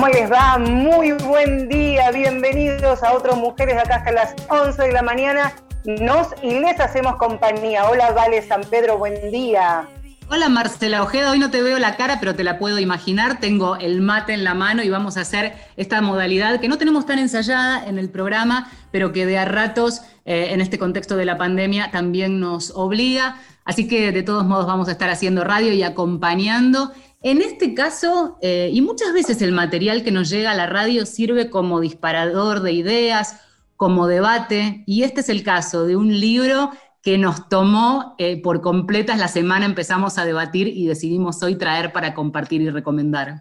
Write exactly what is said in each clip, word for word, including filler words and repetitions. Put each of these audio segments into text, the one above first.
¿Cómo les va? Muy buen día, bienvenidos a otros Mujeres de acá hasta las once de la mañana. Nos y les hacemos compañía. Hola, Vale San Pedro, buen día. Hola Marcela Ojeda, hoy no te veo la cara, pero te la puedo imaginar. Tengo el mate en la mano y vamos a hacer esta modalidad que no tenemos tan ensayada en el programa, pero que de a ratos, eh, en este contexto de la pandemia, también nos obliga. Así que de todos modos vamos a estar haciendo radio y acompañando. En este caso, eh, y muchas veces el material que nos llega a la radio sirve como disparador de ideas, como debate, y este es el caso de un libro que nos tomó eh, por completas la semana, empezamos a debatir y decidimos hoy traer para compartir y recomendar.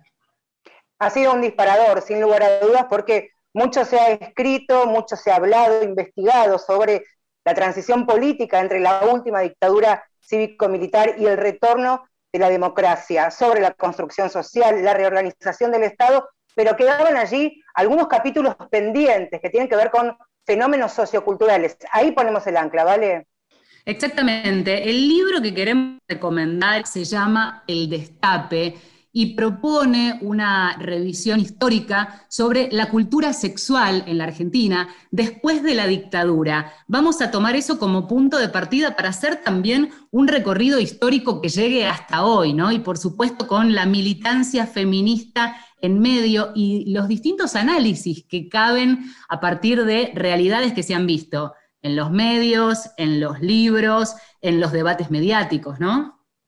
Ha sido un disparador, sin lugar a dudas, porque mucho se ha escrito, mucho se ha hablado, investigado sobre la transición política entre la última dictadura cívico-militar y el retorno de la democracia, sobre la construcción social, la reorganización del Estado, pero quedaban allí algunos capítulos pendientes que tienen que ver con fenómenos socioculturales. Ahí ponemos el ancla, ¿vale? Exactamente. El libro que queremos recomendar se llama El Destape y propone una revisión histórica sobre la cultura sexual en la Argentina después de la dictadura. Vamos a tomar eso como punto de partida para hacer también un recorrido histórico que llegue hasta hoy, ¿no? Y por supuesto con la militancia feminista en medio y los distintos análisis que caben a partir de realidades que se han visto en los medios, en los libros, en los debates mediáticos, ¿no?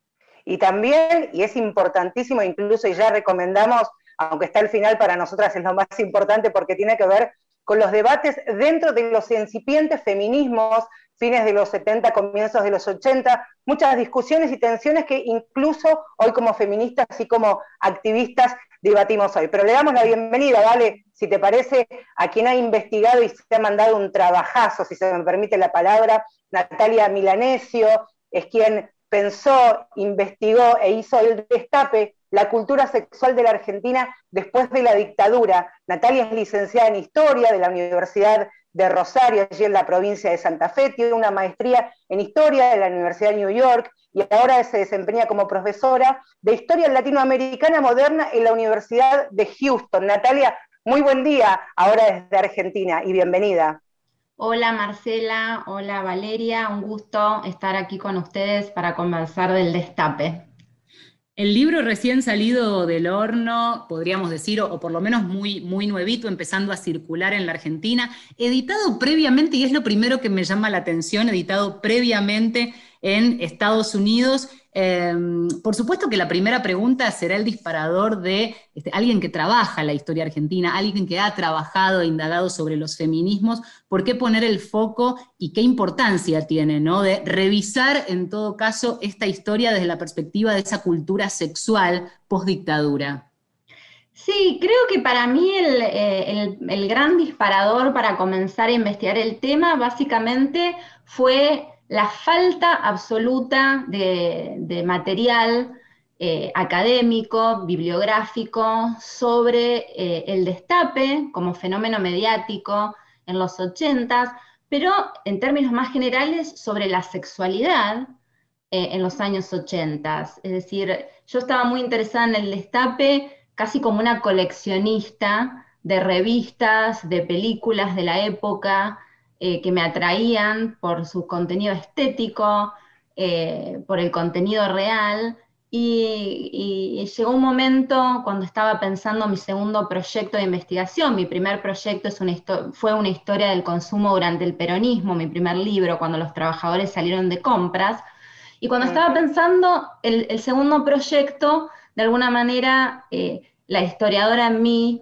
Y también, y es importantísimo, incluso y ya recomendamos, aunque está al final para nosotras es lo más importante porque tiene que ver con los debates dentro de los incipientes feminismos, fines de los setenta, comienzos de los ochenta, muchas discusiones y tensiones que incluso hoy como feministas y como activistas debatimos hoy. Pero le damos la bienvenida, Vale, si te parece, a quien ha investigado y se ha mandado un trabajazo, si se me permite la palabra, Natalia Milanesio, es quien pensó, investigó e hizo el destape, la cultura sexual de la Argentina después de la dictadura. Natalia es licenciada en Historia de la Universidad de Rosario, allí en la provincia de Santa Fe, tiene una maestría en Historia de la Universidad de New York y ahora se desempeña como profesora de Historia Latinoamericana Moderna en la Universidad de Houston. Natalia, muy buen día, ahora desde Argentina, y bienvenida. Hola Marcela, hola Valeria, un gusto estar aquí con ustedes para conversar del Destape. El libro recién salido del horno, podríamos decir, o, o por lo menos muy, muy nuevito, empezando a circular en la Argentina, editado previamente, y es lo primero que me llama la atención, editado previamente en Estados Unidos. Eh, por supuesto que la primera pregunta será el disparador de este, alguien que trabaja la historia argentina, alguien que ha trabajado e indagado sobre los feminismos, ¿por qué poner el foco y qué importancia tiene, ¿no? De revisar en todo caso esta historia desde la perspectiva de esa cultura sexual post-dictadura? Sí, creo que para mí el, el, el gran disparador para comenzar a investigar el tema básicamente fue la falta absoluta de, de material eh, académico, bibliográfico, sobre eh, el destape como fenómeno mediático en los ochentas, pero en términos más generales sobre la sexualidad eh, en los años ochentas. Es decir, yo estaba muy interesada en el destape casi como una coleccionista de revistas, de películas de la época, Eh, que me atraían por su contenido estético, eh, por el contenido real, y, y, y llegó un momento cuando estaba pensando mi segundo proyecto de investigación. Mi primer proyecto es una fue una historia del consumo durante el peronismo, mi primer libro, cuando los trabajadores salieron de compras, y cuando estaba pensando el, el segundo proyecto, de alguna manera eh, la historiadora en mí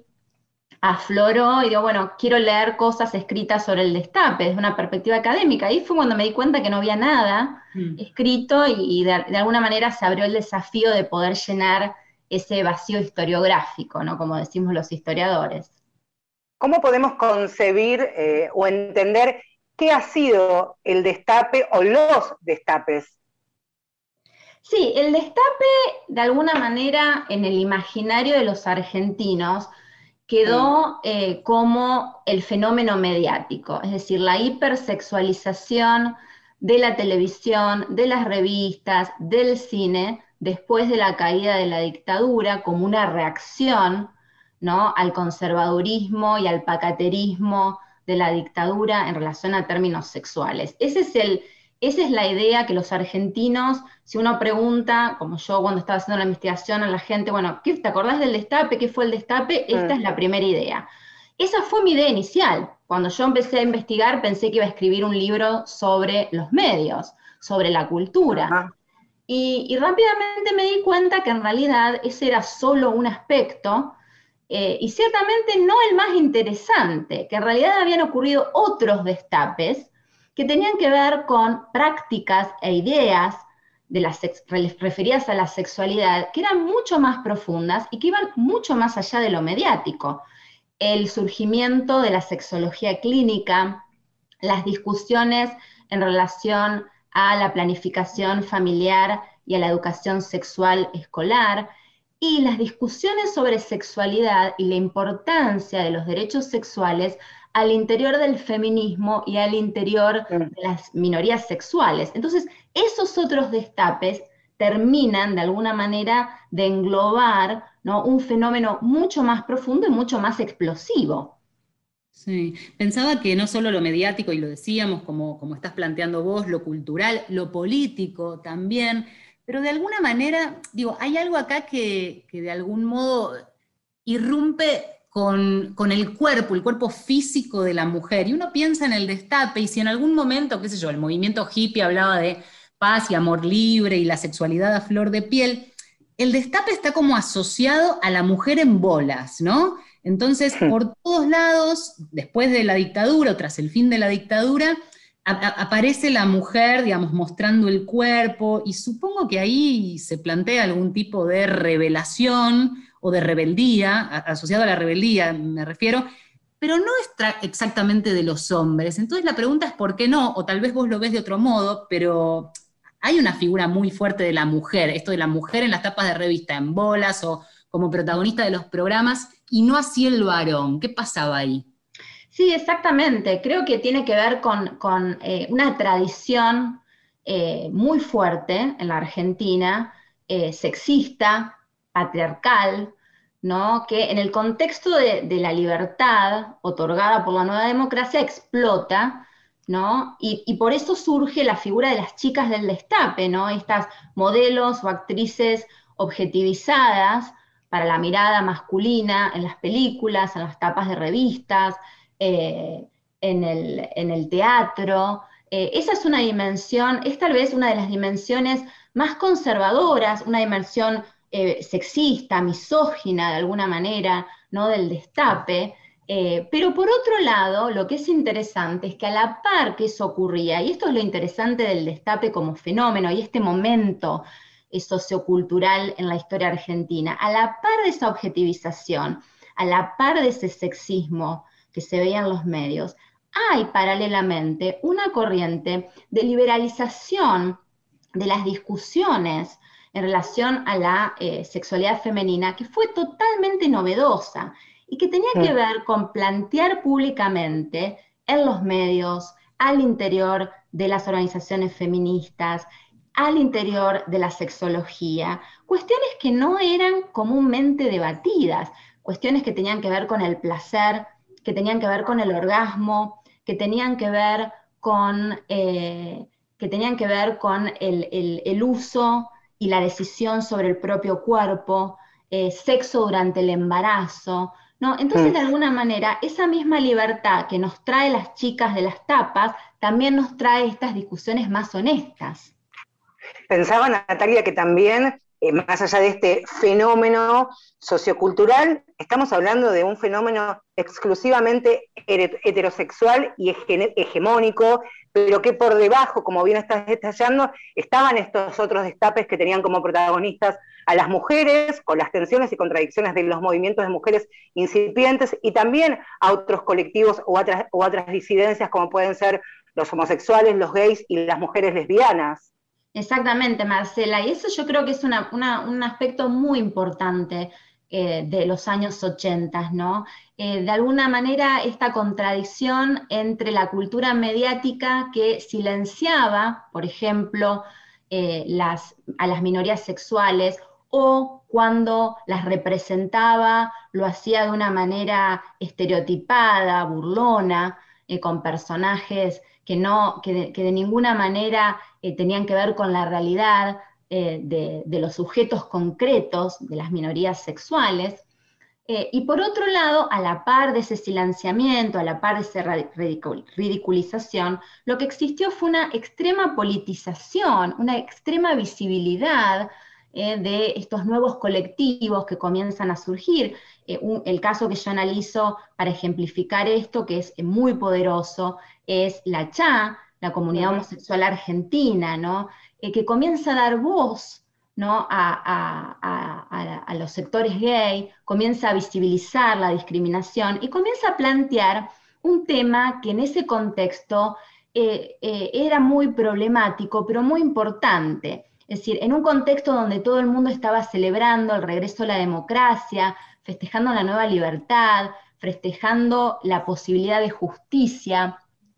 afloró y digo, bueno, quiero leer cosas escritas sobre el destape desde una perspectiva académica. Ahí fue cuando me di cuenta que no había nada mm. escrito y, y de, de alguna manera se abrió el desafío de poder llenar ese vacío historiográfico, ¿no? Como decimos los historiadores. ¿Cómo podemos concebir eh, o entender qué ha sido el destape o los destapes? Sí, el destape de alguna manera en el imaginario de los argentinos quedó eh, como el fenómeno mediático, es decir, la hipersexualización de la televisión, de las revistas, del cine, después de la caída de la dictadura, como una reacción ¿no?, al conservadurismo y al pacaterismo de la dictadura en relación a términos sexuales. Ese es el, esa es la idea que los argentinos, si uno pregunta, como yo cuando estaba haciendo la investigación a la gente, bueno, ¿qué, ¿te acordás del destape? ¿Qué fue el destape? Esta mm. es la primera idea. Esa fue mi idea inicial. Cuando yo empecé a investigar, pensé que iba a escribir un libro sobre los medios, sobre la cultura. Uh-huh. y, y rápidamente me di cuenta que en realidad ese era solo un aspecto, eh, y ciertamente no el más interesante, que en realidad habían ocurrido otros destapes que tenían que ver con prácticas e ideas de las referidas a la sexualidad, que eran mucho más profundas y que iban mucho más allá de lo mediático. El surgimiento de la sexología clínica, las discusiones en relación a la planificación familiar y a la educación sexual escolar, y las discusiones sobre sexualidad y la importancia de los derechos sexuales al interior del feminismo y al interior de las minorías sexuales. Entonces, esos otros destapes terminan de alguna manera de englobar, ¿no?, un fenómeno mucho más profundo y mucho más explosivo. Sí, pensaba que no solo lo mediático, y lo decíamos, como, como estás planteando vos, lo cultural, lo político también, pero de alguna manera, digo, hay algo acá que, que de algún modo irrumpe con, con el cuerpo, el cuerpo físico de la mujer, y uno piensa en el destape, y si en algún momento, qué sé yo, el movimiento hippie hablaba de paz y amor libre y la sexualidad a flor de piel, el destape está como asociado a la mujer en bolas, ¿no? Entonces, por todos lados, después de la dictadura, o tras el fin de la dictadura, a, a, aparece la mujer, digamos, mostrando el cuerpo, y supongo que ahí se plantea algún tipo de revelación o de rebeldía, a, asociado a la rebeldía, me refiero, pero no es exactamente de los hombres. Entonces la pregunta es por qué no, o tal vez vos lo ves de otro modo, pero hay una figura muy fuerte de la mujer, esto de la mujer en las tapas de revista, en bolas o como protagonista de los programas, y no así el varón. ¿Qué pasaba ahí? Sí, exactamente. Creo que tiene que ver con, con eh, una tradición eh, muy fuerte en la Argentina, eh, sexista, patriarcal, ¿no?, que en el contexto de, de la libertad otorgada por la nueva democracia explota, ¿no? Y, y por eso surge la figura de las chicas del destape, ¿no? Estas modelos o actrices objetivizadas para la mirada masculina en las películas, en las tapas de revistas, eh, en, el, en el teatro. Eh, esa es una dimensión, es tal vez una de las dimensiones más conservadoras, una dimensión eh, sexista, misógina de alguna manera, ¿no?, del destape. Eh, pero por otro lado, lo que es interesante es que a la par que eso ocurría, y esto es lo interesante del destape como fenómeno, y este momento sociocultural en la historia argentina, a la par de esa objetivización, a la par de ese sexismo que se veía en los medios, hay paralelamente una corriente de liberalización de las discusiones en relación a la eh, sexualidad femenina que fue totalmente novedosa y que tenía que ver con plantear públicamente en los medios, al interior de las organizaciones feministas, al interior de la sexología, cuestiones que no eran comúnmente debatidas, cuestiones que tenían que ver con el placer, que tenían que ver con el orgasmo, que tenían que ver con, eh, que tenían que ver con el, el, el uso y la decisión sobre el propio cuerpo, eh, sexo durante el embarazo, ¿no? Entonces, de alguna manera, esa misma libertad que nos trae las chicas de las tapas, también nos trae estas discusiones más honestas. Pensaba, Natalia, que también, eh, más allá de este fenómeno sociocultural, estamos hablando de un fenómeno exclusivamente heterosexual y hegemónico, pero que por debajo, como bien estás detallando, estaban estos otros destapes que tenían como protagonistas a las mujeres, con las tensiones y contradicciones de los movimientos de mujeres incipientes, y también a otros colectivos o otras, o otras disidencias, como pueden ser los homosexuales, los gays y las mujeres lesbianas. Exactamente, Marcela, y eso yo creo que es una, una, un aspecto muy importante eh, de los años ochenta, ¿no? Eh, de alguna manera esta contradicción entre la cultura mediática que silenciaba, por ejemplo, eh, las, a las minorías sexuales, o cuando las representaba lo hacía de una manera estereotipada, burlona, eh, con personajes que, no, que, de, que de ninguna manera eh, tenían que ver con la realidad eh, de, de los sujetos concretos de las minorías sexuales. Eh, y por otro lado, a la par de ese silenciamiento, a la par de esa ridiculización, lo que existió fue una extrema politización, una extrema visibilidad eh, de estos nuevos colectivos que comienzan a surgir. Eh, un, el caso que yo analizo para ejemplificar esto, que es muy poderoso, es la C H A, la comunidad uh-huh. homosexual argentina, ¿no? Eh, que comienza a dar voz, ¿no? a, a, a, a los sectores gay, comienza a visibilizar la discriminación y comienza a plantear un tema que en ese contexto eh, eh, era muy problemático, pero muy importante. Es decir, en un contexto donde todo el mundo estaba celebrando el regreso a la democracia, festejando la nueva libertad, festejando la posibilidad de justicia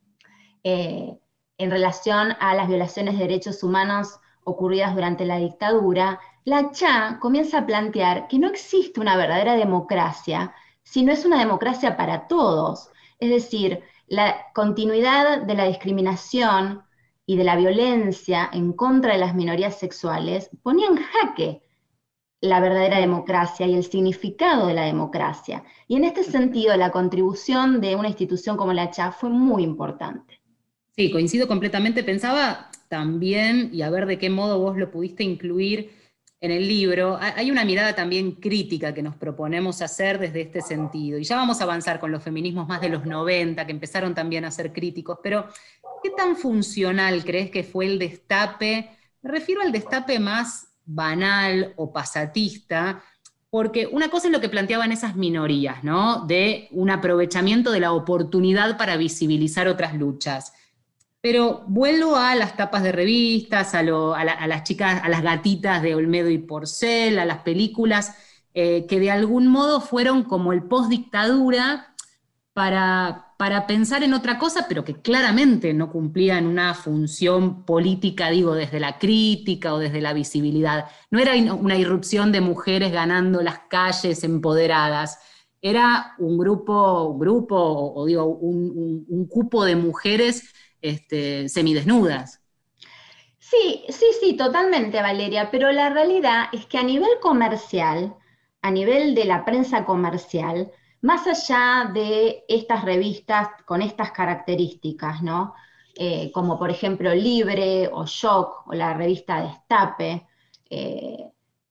eh, en relación a las violaciones de derechos humanos ocurridas durante la dictadura, la C H A comienza a plantear que no existe una verdadera democracia, sino es una democracia para todos. Es decir, la continuidad de la discriminación y de la violencia en contra de las minorías sexuales ponía en jaque la verdadera democracia y el significado de la democracia. Y en este sentido, la contribución de una institución como la C H A fue muy importante. Sí, coincido completamente. Pensaba también, y a ver de qué modo vos lo pudiste incluir en el libro, hay una mirada también crítica que nos proponemos hacer desde este sentido. Y ya vamos a avanzar con los feminismos más de los noventa, que empezaron también a ser críticos, pero ¿qué tan funcional crees que fue el destape? Me refiero al destape más banal o pasatista, porque una cosa es lo que planteaban esas minorías, ¿no? De un aprovechamiento de la oportunidad para visibilizar otras luchas. Pero vuelvo a las tapas de revistas, a, lo, a, la, a las chicas, a las gatitas de Olmedo y Porcel, a las películas, eh, que de algún modo fueron como el post-dictadura para, para pensar en otra cosa, pero que claramente no cumplían una función política, digo, desde la crítica o desde la visibilidad. No era una irrupción de mujeres ganando las calles empoderadas, era un grupo, un grupo o, o digo, un, un, un cupo de mujeres Este, semidesnudas. Sí, sí, sí, totalmente, Valeria, pero la realidad es que a nivel comercial, a nivel de la prensa comercial, más allá de estas revistas con estas características, ¿no? Eh, como por ejemplo Libre o Shock o la revista Destape, eh,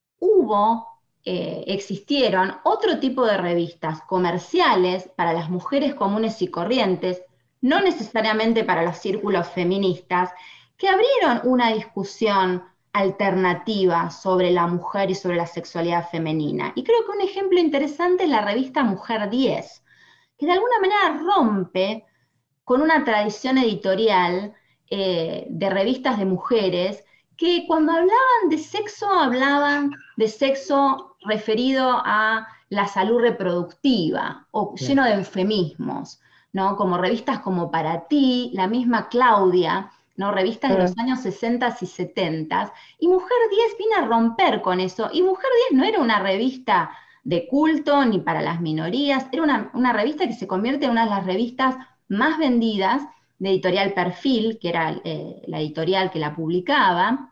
hubo, eh, existieron otro tipo de revistas comerciales para las mujeres comunes y corrientes, no necesariamente para los círculos feministas, que abrieron una discusión alternativa sobre la mujer y sobre la sexualidad femenina. Y creo que un ejemplo interesante es la revista Mujer diez, que de alguna manera rompe con una tradición editorial eh, de revistas de mujeres que cuando hablaban de sexo, hablaban de sexo referido a la salud reproductiva, o lleno de eufemismos, ¿no? Como revistas como Para Ti, la misma Claudia, ¿no? Revistas de los años sesenta y setenta, y Mujer diez vino a romper con eso, y Mujer diez no era una revista de culto ni para las minorías, era una, una revista que se convierte en una de las revistas más vendidas de Editorial Perfil, que era eh, la editorial que la publicaba,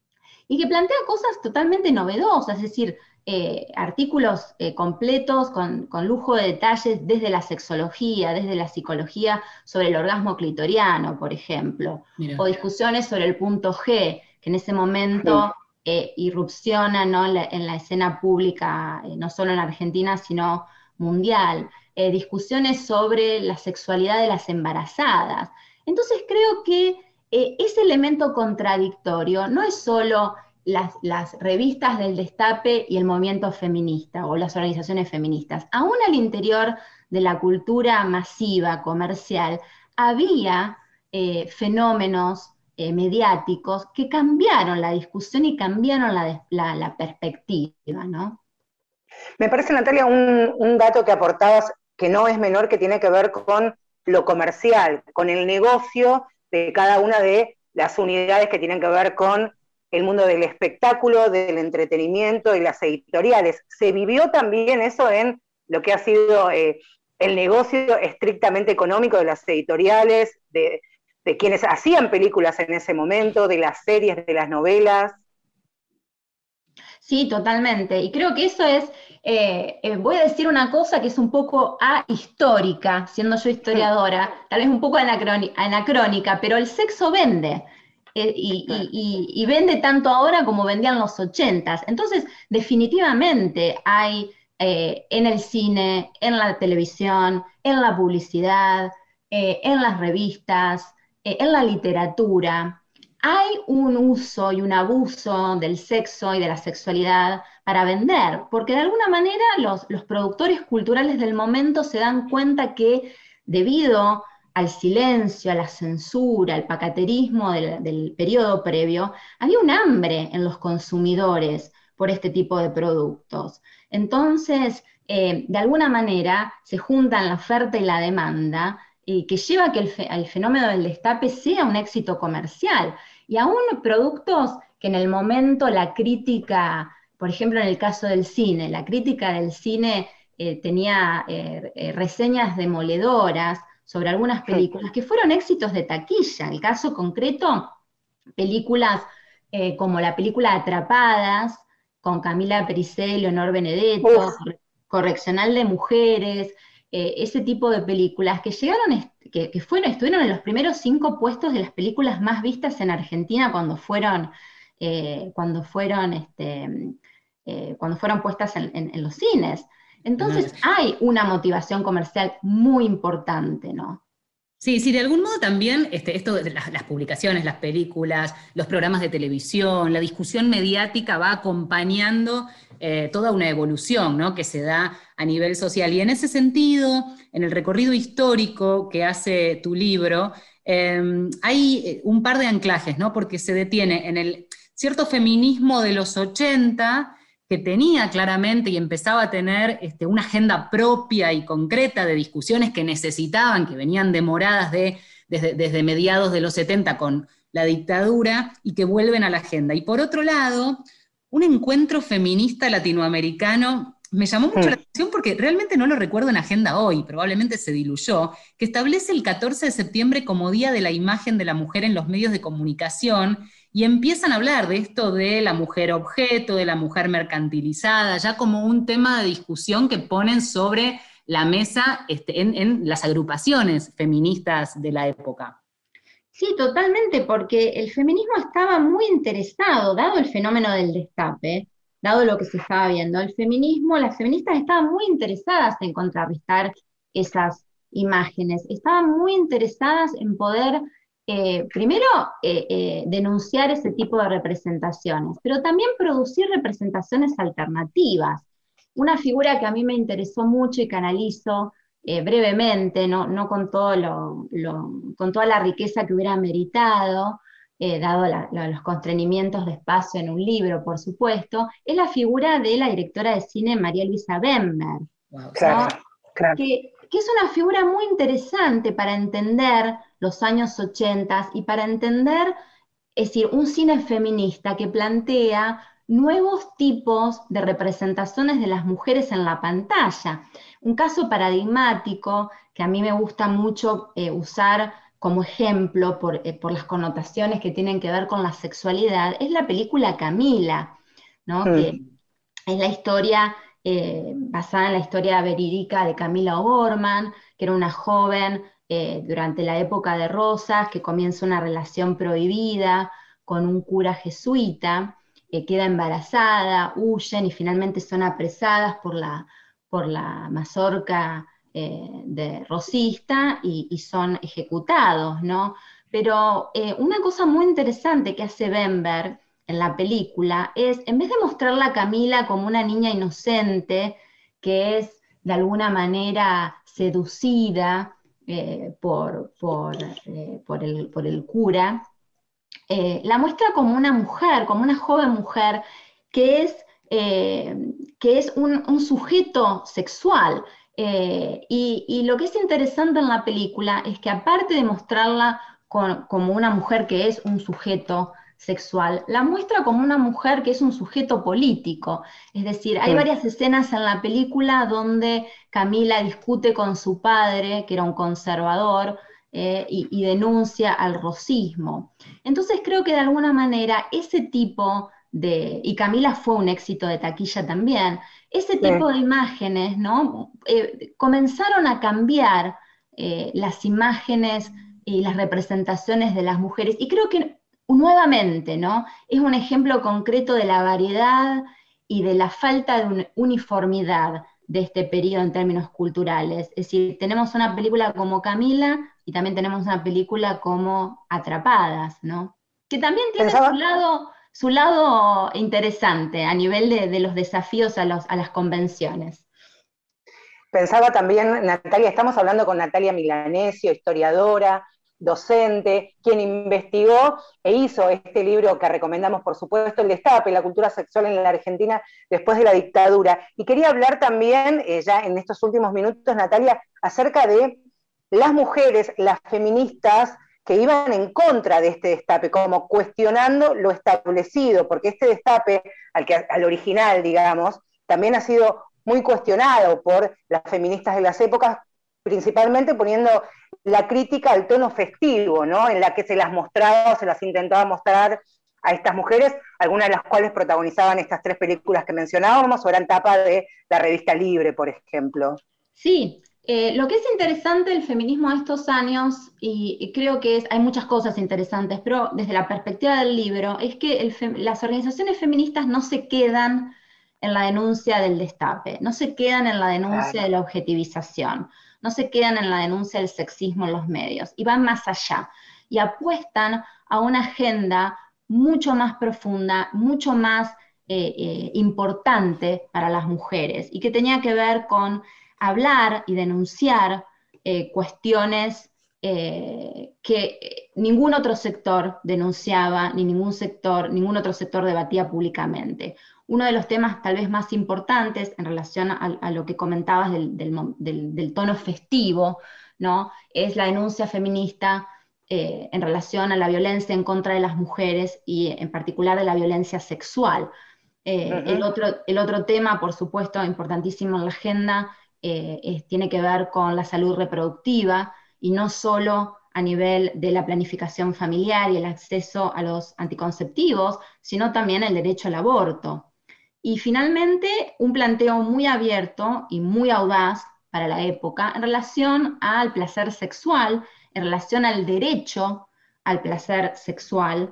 y que plantea cosas totalmente novedosas, es decir, eh, artículos eh, completos con, con lujo de detalles desde la sexología, desde la psicología sobre el orgasmo clitoriano, por ejemplo, Mira. O discusiones sobre el punto G, que en ese momento eh, irrupciona, ¿no? en, la, en la escena pública, eh, no solo en Argentina, sino mundial, eh, discusiones sobre la sexualidad de las embarazadas. Entonces creo que eh, ese elemento contradictorio no es solo las, las revistas del Destape y el movimiento feminista o las organizaciones feministas. Aún al interior de la cultura masiva, comercial, había eh, fenómenos eh, mediáticos que cambiaron la discusión y cambiaron la, la, la perspectiva, ¿no? Me parece, Natalia, un, un dato que aportabas que no es menor, que tiene que ver con lo comercial, con el negocio de cada una de las unidades que tienen que ver con el mundo del espectáculo, del entretenimiento y las editoriales. ¿Se vivió también eso en lo que ha sido eh, el negocio estrictamente económico de las editoriales, de, de quienes hacían películas en ese momento, de las series, de las novelas? Sí, totalmente. Y creo que eso es, eh, eh, voy a decir una cosa que es un poco ahistórica, siendo yo historiadora, tal vez un poco anacrónica, pero el sexo vende. Eh, y, y, y, y vende tanto ahora como vendía en los ochentas. Entonces, definitivamente hay eh, en el cine, en la televisión, en la publicidad, eh, en las revistas, eh, en la literatura, hay un uso y un abuso del sexo y de la sexualidad para vender, porque de alguna manera los, los productores culturales del momento se dan cuenta que debido al silencio, a la censura, al pacaterismo del, del periodo previo, había un hambre en los consumidores por este tipo de productos. Entonces, eh, de alguna manera, se juntan la oferta y la demanda, y que lleva a que el, fe, el fenómeno del destape sea un éxito comercial. Y aún productos que en el momento la crítica, por ejemplo en el caso del cine, la crítica del cine eh, tenía eh, eh, reseñas demoledoras sobre algunas películas que fueron éxitos de taquilla. El caso concreto, películas eh, como la película Atrapadas, con Camila Pericé, Leonor Benedetto, Uf. Correccional de Mujeres, eh, ese tipo de películas que llegaron, que, que fueron, estuvieron en los primeros cinco puestos de las películas más vistas en Argentina cuando fueron, eh, cuando fueron, este, eh, cuando fueron puestas en, en, en los cines. Entonces hay una motivación comercial muy importante, ¿no? Sí, sí, de algún modo también este, esto de las, las publicaciones, las películas, los programas de televisión, la discusión mediática va acompañando eh, toda una evolución, ¿no?, que se da a nivel social. Y en ese sentido, en el recorrido histórico que hace tu libro, eh, hay un par de anclajes, ¿no?, porque se detiene en el cierto feminismo de los ochenta, que tenía claramente y empezaba a tener este, una agenda propia y concreta de discusiones que necesitaban, que venían demoradas de, desde, desde mediados de los setenta con la dictadura, y que vuelven a la agenda. Y por otro lado, un encuentro feminista latinoamericano me llamó mucho mm. la atención porque realmente no lo recuerdo en agenda hoy, probablemente se diluyó, que establece el catorce de septiembre como Día de la Imagen de la Mujer en los medios de comunicación, y empiezan a hablar de esto de la mujer objeto, de la mujer mercantilizada, ya como un tema de discusión que ponen sobre la mesa este, en, en las agrupaciones feministas de la época. Sí, totalmente, porque el feminismo estaba muy interesado, dado el fenómeno del destape, dado lo que se estaba viendo, el feminismo, las feministas estaban muy interesadas en contrarrestar esas imágenes, estaban muy interesadas en poder... Eh, primero, eh, eh, denunciar ese tipo de representaciones, pero también producir representaciones alternativas. Una figura que a mí me interesó mucho y que analizo eh, brevemente, no, no con, todo lo, lo, con toda la riqueza que hubiera meritado, eh, dado la, la, los constreñimientos de espacio en un libro, por supuesto, es la figura de la directora de cine María Luisa Bember. Wow, claro, ¿no? Claro. Que, que es una figura muy interesante para entender los años ochenta y para entender, es decir, un cine feminista que plantea nuevos tipos de representaciones de las mujeres en la pantalla. Un caso paradigmático que a mí me gusta mucho eh, usar como ejemplo por, eh, por las connotaciones que tienen que ver con la sexualidad es la película Camila, ¿no? Mm. Que es la historia... Eh, basada en la historia verídica de Camila O'Gorman, que era una joven eh, durante la época de Rosas, que comienza una relación prohibida con un cura jesuita, eh, queda embarazada, huyen y finalmente son apresadas por la, por la mazorca eh, de rosista y, y son ejecutados, ¿no? Pero eh, una cosa muy interesante que hace Bember en la película es, en vez de mostrarla a Camila como una niña inocente, que es de alguna manera seducida eh, por, por, eh, por, el, por el cura, eh, la muestra como una mujer, como una joven mujer, que es, eh, que es un, un sujeto sexual. Eh, y, y lo que es interesante en la película es que aparte de mostrarla con, como una mujer que es un sujeto sexual, la muestra como una mujer que es un sujeto político. Es decir, hay Sí. varias escenas en la película donde Camila discute con su padre, que era un conservador, eh, y, y denuncia al rosismo. Entonces creo que de alguna manera ese tipo de, y Camila fue un éxito de taquilla también, ese Sí. tipo de imágenes, ¿no? Eh, comenzaron a cambiar eh, las imágenes y las representaciones de las mujeres, y creo que nuevamente, ¿no? Es un ejemplo concreto de la variedad y de la falta de un- uniformidad de este periodo en términos culturales. Es decir, tenemos una película como Camila y también tenemos una película como Atrapadas, ¿no? Que también tiene su Pensaba, lado, su lado interesante a nivel de, de los desafíos a, los, a las convenciones. Pensaba también, Natalia, estamos hablando con Natalia Milanesio, historiadora, docente, quien investigó e hizo este libro que recomendamos, por supuesto, El Destape, la cultura sexual en la Argentina después de la dictadura. Y quería hablar también, eh, ya en estos últimos minutos, Natalia, acerca de las mujeres, las feministas, que iban en contra de este destape, como cuestionando lo establecido, porque este destape, al, que, al original, digamos, también ha sido muy cuestionado por las feministas de las épocas, principalmente poniendo la crítica al tono festivo, ¿no? En la que se las mostraba, se las intentaba mostrar a estas mujeres, algunas de las cuales protagonizaban estas tres películas que mencionábamos, o eran tapa de la revista Libre, por ejemplo. Sí, eh, lo que es interesante del feminismo de estos años, y, y creo que es, hay muchas cosas interesantes, pero desde la perspectiva del libro, es que el fem, las organizaciones feministas no se quedan en la denuncia del destape, no se quedan en la denuncia Claro. de la objetivización, no se quedan en la denuncia del sexismo en los medios, y van más allá, y apuestan a una agenda mucho más profunda, mucho más eh, eh, importante para las mujeres, y que tenía que ver con hablar y denunciar eh, cuestiones eh, que ningún otro sector denunciaba, ni ningún sector, ningún otro sector debatía públicamente. Uno de los temas tal vez más importantes en relación a, a lo que comentabas del, del, del, del tono festivo, ¿no? Es la denuncia feminista eh, en relación a la violencia en contra de las mujeres y en particular de la violencia sexual. Eh, Uh-huh. el, otro, el otro tema, por supuesto, importantísimo en la agenda, eh, es, tiene que ver con la salud reproductiva, y no solo a nivel de la planificación familiar y el acceso a los anticonceptivos, sino también el derecho al aborto. Y finalmente, un planteo muy abierto y muy audaz para la época en relación al placer sexual, en relación al derecho al placer sexual,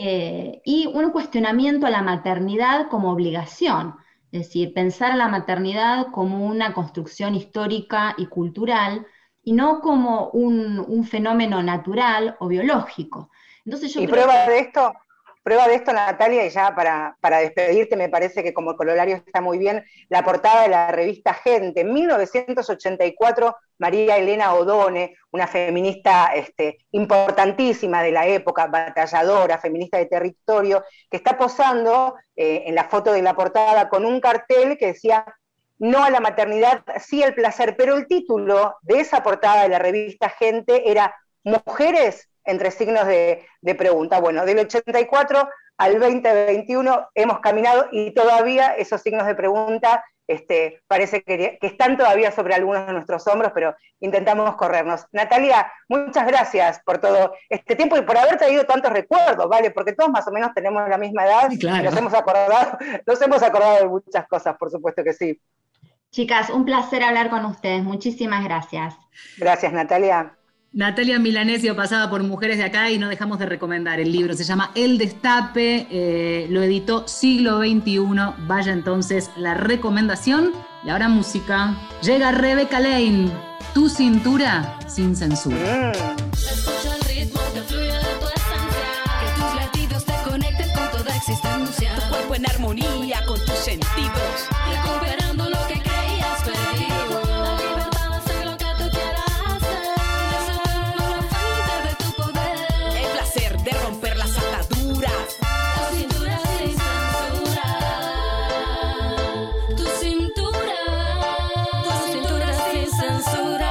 eh, y un cuestionamiento a la maternidad como obligación. Es decir, pensar a la maternidad como una construcción histórica y cultural, y no como un, un fenómeno natural o biológico. Entonces yo Y creo prueba que... de esto, prueba de esto, Natalia, y ya para, para despedirte, me parece que como corolario está muy bien la portada de la revista Gente. En mil novecientos ochenta y cuatro, María Elena Odone, una feminista este, importantísima de la época, batalladora, feminista de territorio, que está posando eh, en la foto de la portada con un cartel que decía no a la maternidad, sí al placer, pero el título de esa portada de la revista Gente era Mujeres entre signos de, de pregunta. Bueno, del ochenta y cuatro al veinte veintiuno hemos caminado y todavía esos signos de pregunta este, parece que, que están todavía sobre algunos de nuestros hombros, pero intentamos corrernos. Natalia, muchas gracias por todo este tiempo y por haber traído tantos recuerdos, ¿vale? Porque todos más o menos tenemos la misma edad, Sí, claro. y nos hemos acordado, nos hemos acordado de muchas cosas, por supuesto que sí. Chicas, un placer hablar con ustedes. Muchísimas gracias. Gracias, Natalia. Natalia Milanesio pasaba por Mujeres de Acá y no dejamos de recomendar el libro. Se llama El Destape, eh, lo editó Siglo veintiuno. Vaya entonces la recomendación. Y ahora música. Llega Rebeca Lane, Tu cintura sin censura. Mm. Escucha el ritmo que fluye de tu esencia, que tus latidos te conecten con toda existencia, tu cuerpo en armonía con tus sentidos, recuperando lo que creías perdido. La libertad de hacer lo que tú quieras hacer, desatando la fuente de tu poder, el placer de romper las ataduras. Tu cintura sin censura, tu cintura, tu cintura sin censura,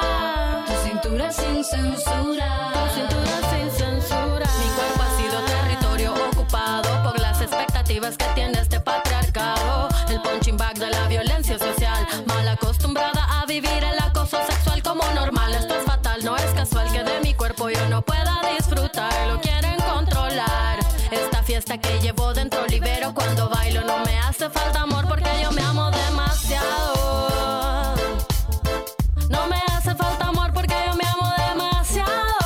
tu cintura sin censura, tu cintura sin censura. Mi cuerpo ha sido terrible. fuerza que llevo dentro libero cuando bailo. No me hace falta amor porque yo me amo demasiado. No me hace falta amor porque yo me amo demasiado.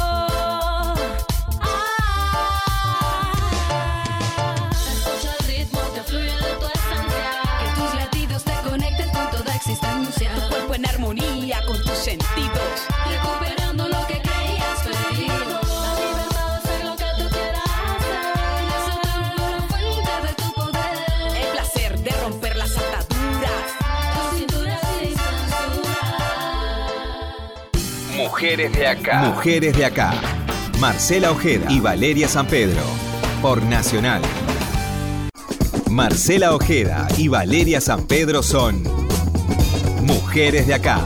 Ah, escucha el ritmo que fluye de tu esencia, que tus latidos te conecten con toda existencia. Tu cuerpo en armonía con tus sentidos, recuperando lo que creías perdido. La libertad de hacer lo que tú quieras hacer, eso es la fuente de tu poder. El placer de romper las ataduras, tu cintura sin censura. Mujeres de acá. Mujeres de acá. Marcela Ojeda y Valeria San Pedro. Por Nacional. Marcela Ojeda y Valeria San Pedro son Mujeres de acá.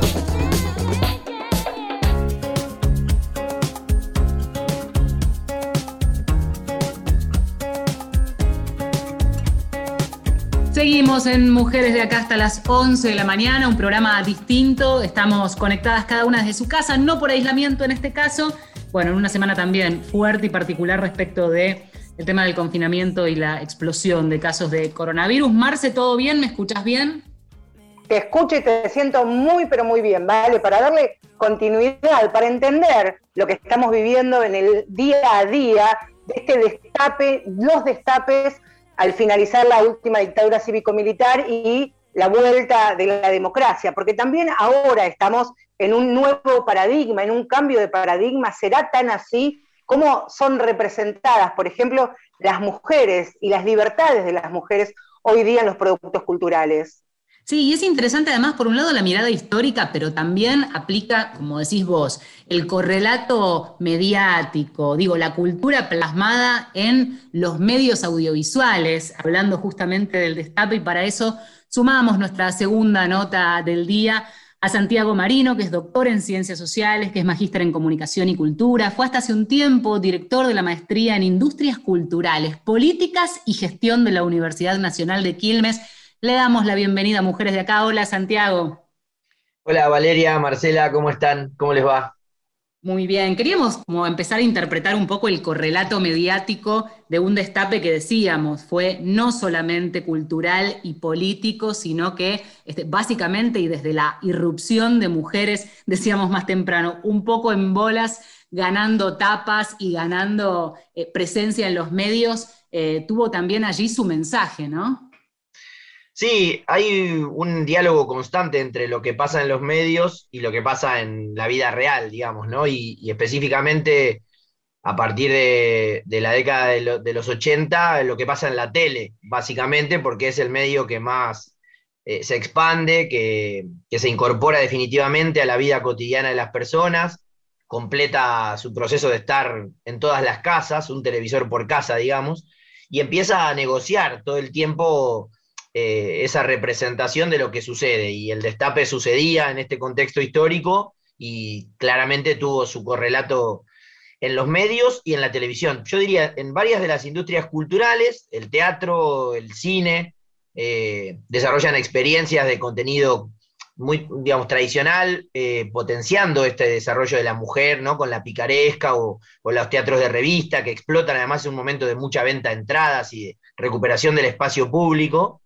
Seguimos en Mujeres de Acá hasta las once de la mañana, un programa distinto. Estamos conectadas cada una desde su casa, no por aislamiento en este caso. Bueno, en una semana también fuerte y particular respecto de el tema del confinamiento y la explosión de casos de coronavirus. Marce, ¿todo bien? ¿Me escuchas bien? Te escucho y te siento muy, pero muy bien, ¿vale? Para darle continuidad, para entender lo que estamos viviendo en el día a día, de este destape, los destapes al finalizar la última dictadura cívico-militar y la vuelta de la democracia, porque también ahora estamos en un nuevo paradigma, en un cambio de paradigma. ¿Será tan así? ¿Cómo son representadas, por ejemplo, las mujeres y las libertades de las mujeres hoy día en los productos culturales? Sí, y es interesante además, por un lado, la mirada histórica, pero también aplica, como decís vos, el correlato mediático, digo, la cultura plasmada en los medios audiovisuales, hablando justamente del destape, y para eso sumamos nuestra segunda nota del día a Santiago Marino, que es doctor en Ciencias Sociales, que es magíster en Comunicación y Cultura, fue hasta hace un tiempo director de la maestría en Industrias Culturales, Políticas y Gestión de la Universidad Nacional de Quilmes. Le damos la bienvenida a Mujeres de Acá. Hola, Santiago. Hola, Valeria, Marcela, ¿cómo están? ¿Cómo les va? Muy bien. Queríamos como empezar a interpretar un poco el correlato mediático de un destape que decíamos, fue no solamente cultural y político, sino que este, básicamente y desde la irrupción de mujeres, decíamos más temprano, un poco en bolas, ganando tapas y ganando eh, presencia en los medios, eh, tuvo también allí su mensaje, ¿no? Sí, hay un diálogo constante entre lo que pasa en los medios y lo que pasa en la vida real, digamos, ¿no? Y, y específicamente a partir de, de la década de, lo, de los ochenta, lo que pasa en la tele, básicamente, porque es el medio que más eh, se expande, que, que se incorpora definitivamente a la vida cotidiana de las personas, completa su proceso de estar en todas las casas, un televisor por casa, digamos, y empieza a negociar todo el tiempo Eh, esa representación de lo que sucede, y el destape sucedía en este contexto histórico y claramente tuvo su correlato en los medios y en la televisión. Yo diría, en varias de las industrias culturales, el teatro, el cine, eh, desarrollan experiencias de contenido muy, digamos, tradicional, eh, potenciando este desarrollo de la mujer, ¿no? Con la picaresca o, o los teatros de revista, que explotan además en un momento de mucha venta de entradas y de recuperación del espacio público.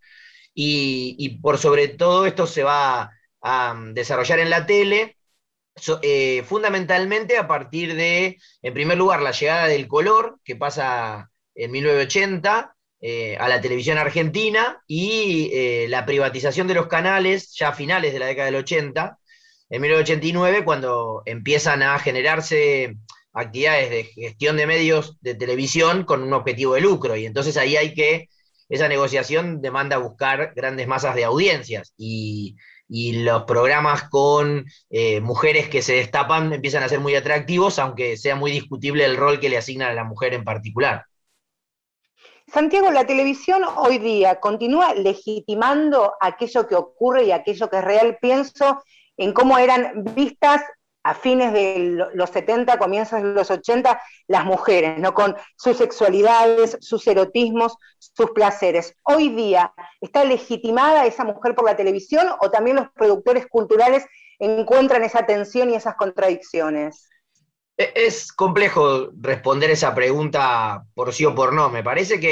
Y, y por sobre todo esto se va a um, desarrollar en la tele, so, eh, fundamentalmente a partir de, en primer lugar, la llegada del color, que pasa en mil novecientos ochenta eh, a la televisión argentina, y eh, la privatización de los canales ya a finales de la década del ochenta, en mil novecientos ochenta y nueve, cuando empiezan a generarse actividades de gestión de medios de televisión con un objetivo de lucro, y entonces ahí hay que esa negociación demanda buscar grandes masas de audiencias, y, y los programas con eh, mujeres que se destapan empiezan a ser muy atractivos, aunque sea muy discutible el rol que le asignan a la mujer en particular. Santiago, la televisión hoy día continúa legitimando aquello que ocurre y aquello que es real. Pienso en cómo eran vistas a fines de los setenta, comienzos de los ochenta, las mujeres, ¿no? Con sus sexualidades, sus erotismos, sus placeres. Hoy día, ¿está legitimada esa mujer por la televisión o también los productores culturales encuentran esa tensión y esas contradicciones? Es complejo responder esa pregunta por sí o por no. Me parece que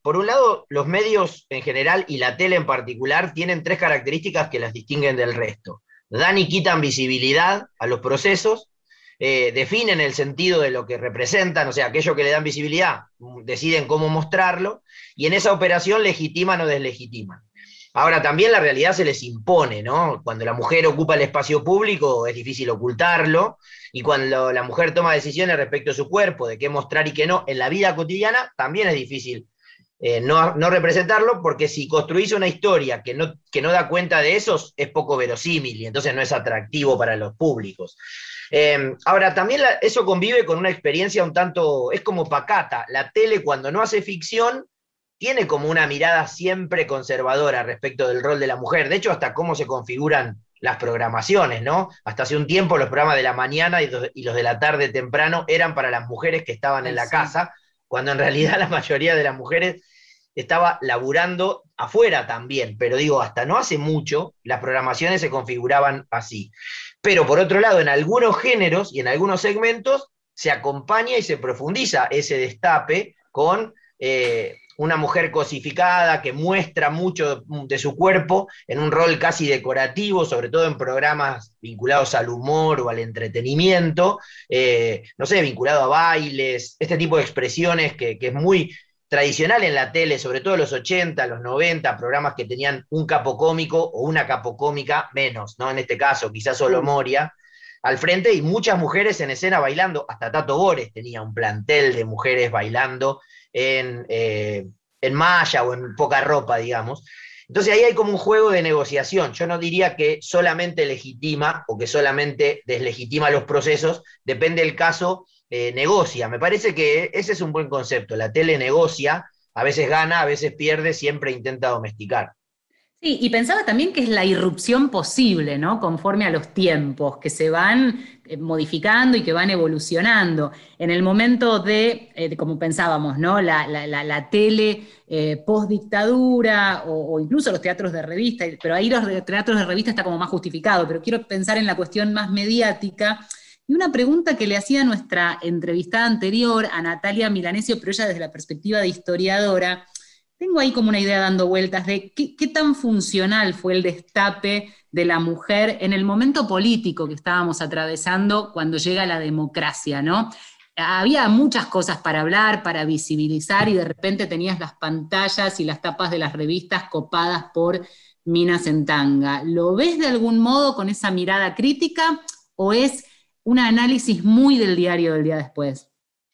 por un lado, los medios en general y la tele en particular tienen tres características que las distinguen del resto. Dan y quitan visibilidad a los procesos, eh, definen el sentido de lo que representan, o sea, aquello que le dan visibilidad, deciden cómo mostrarlo, y en esa operación legitiman o deslegitiman. Ahora, también la realidad se les impone, ¿no? Cuando la mujer ocupa el espacio público es difícil ocultarlo, y cuando la mujer toma decisiones respecto a su cuerpo, de qué mostrar y qué no, en la vida cotidiana, también es difícil eh, no, no representarlo, porque si construís una historia que no, que no da cuenta de eso, es poco verosímil, y entonces no es atractivo para los públicos. Eh, ahora, también la, eso convive con una experiencia un tanto, es como pacata. La tele, cuando no hace ficción, tiene como una mirada siempre conservadora respecto del rol de la mujer. De hecho, hasta cómo se configuran las programaciones, ¿no? Hasta hace un tiempo los programas de la mañana y los, y los de la tarde temprano eran para las mujeres que estaban en la sí. casa, cuando en realidad la mayoría de las mujeres estaba laburando afuera también. Pero digo, hasta no hace mucho, las programaciones se configuraban así. Pero por otro lado, en algunos géneros y en algunos segmentos se acompaña y se profundiza ese destape con eh, una mujer cosificada que muestra mucho de su cuerpo en un rol casi decorativo, sobre todo en programas vinculados al humor o al entretenimiento, eh, no sé, vinculado a bailes, este tipo de expresiones que, que es muy tradicional en la tele, sobre todo en los ochenta, los noventa, programas que tenían un capo cómico o una capo cómica menos, ¿no? En este caso, quizás solo Moria, al frente, y muchas mujeres en escena bailando, hasta Tato Bores tenía un plantel de mujeres bailando en, eh, en malla o en poca ropa, digamos. Entonces ahí hay como un juego de negociación. Yo no diría que solamente legitima o que solamente deslegitima los procesos, depende del caso, eh, negocia. Me parece que ese es un buen concepto. La tele negocia, a veces gana, a veces pierde, siempre intenta domesticar. Sí, y pensaba también que es la irrupción posible, ¿no? Conforme a los tiempos, que se van modificando y que van evolucionando. En el momento de, eh, de como pensábamos, ¿no? La, la, la, la tele eh, post-dictadura o, o incluso los teatros de revista, pero ahí los de, teatros de revista está como más justificado, pero quiero pensar en la cuestión más mediática. Y una pregunta que le hacía a nuestra entrevistada anterior, a Natalia Milanesio, pero ella desde la perspectiva de historiadora. Tengo ahí como una idea dando vueltas de qué, qué tan funcional fue el destape de la mujer en el momento político que estábamos atravesando cuando llega la democracia, ¿no? Había muchas cosas para hablar, para visibilizar, y de repente tenías las pantallas y las tapas de las revistas copadas por minas en tanga. ¿Lo ves de algún modo con esa mirada crítica o es un análisis muy del diario del día después?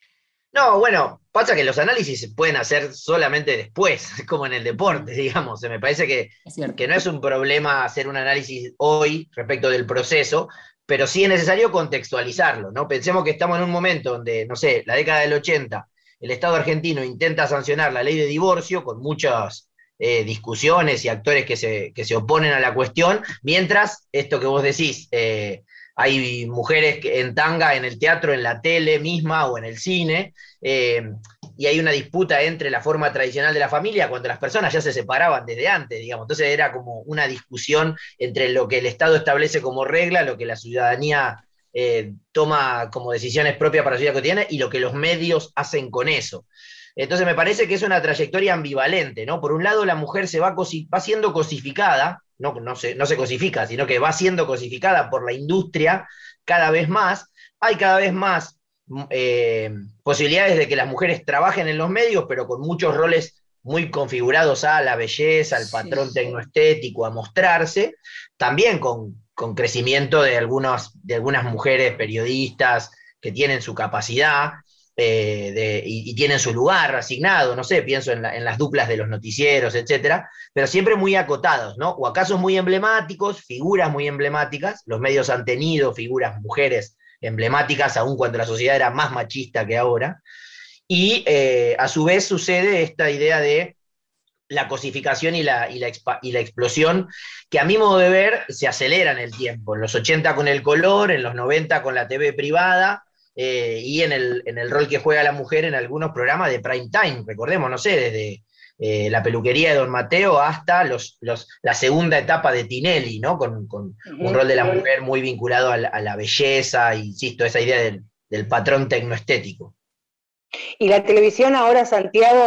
No, bueno, pasa que los análisis se pueden hacer solamente después, como en el deporte, digamos. Me parece que, que no es un problema hacer un análisis hoy respecto del proceso, pero sí es necesario contextualizarlo, ¿no? Pensemos que estamos en un momento donde, no sé, la década del ochenta, el Estado argentino intenta sancionar la ley de divorcio con muchas eh, discusiones y actores que se, que se oponen a la cuestión, mientras esto que vos decís, eh, hay mujeres en tanga en el teatro, en la tele misma o en el cine, eh, y hay una disputa entre la forma tradicional de la familia cuando las personas ya se separaban desde antes, digamos. Entonces era como una discusión entre lo que el Estado establece como regla, lo que la ciudadanía eh, toma como decisiones propias para su vida cotidiana y lo que los medios hacen con eso. Entonces me parece que es una trayectoria ambivalente, ¿no? Por un lado la mujer se va, cosi- va siendo cosificada, no, no, se, no se cosifica, sino que va siendo cosificada por la industria cada vez más. Hay cada vez más eh, posibilidades de que las mujeres trabajen en los medios, pero con muchos roles muy configurados a la belleza, al patrón sí, tecnoestético, a mostrarse, también con, con crecimiento de algunas, de algunas mujeres periodistas que tienen su capacidad, Eh, de, y, y tienen su lugar asignado, no sé, pienso en, la, en las duplas de los noticieros, etcétera, pero siempre muy acotados, ¿no? O acaso muy emblemáticos, figuras muy emblemáticas, los medios han tenido figuras, mujeres emblemáticas, aun cuando la sociedad era más machista que ahora, y eh, a su vez sucede esta idea de la cosificación y la, y, la expa, y la explosión, que a mi modo de ver se acelera en el tiempo, en los ochenta con el color, en los noventa con la T V privada, Eh, y en el, en el rol que juega la mujer en algunos programas de prime time, recordemos, no sé, desde eh, la peluquería de Don Mateo hasta los, los, la segunda etapa de Tinelli, ¿no? Con, con un rol de la mujer muy vinculado a la, a la belleza, y insisto, esa idea del, del patrón tecnoestético. Y la televisión ahora, Santiago,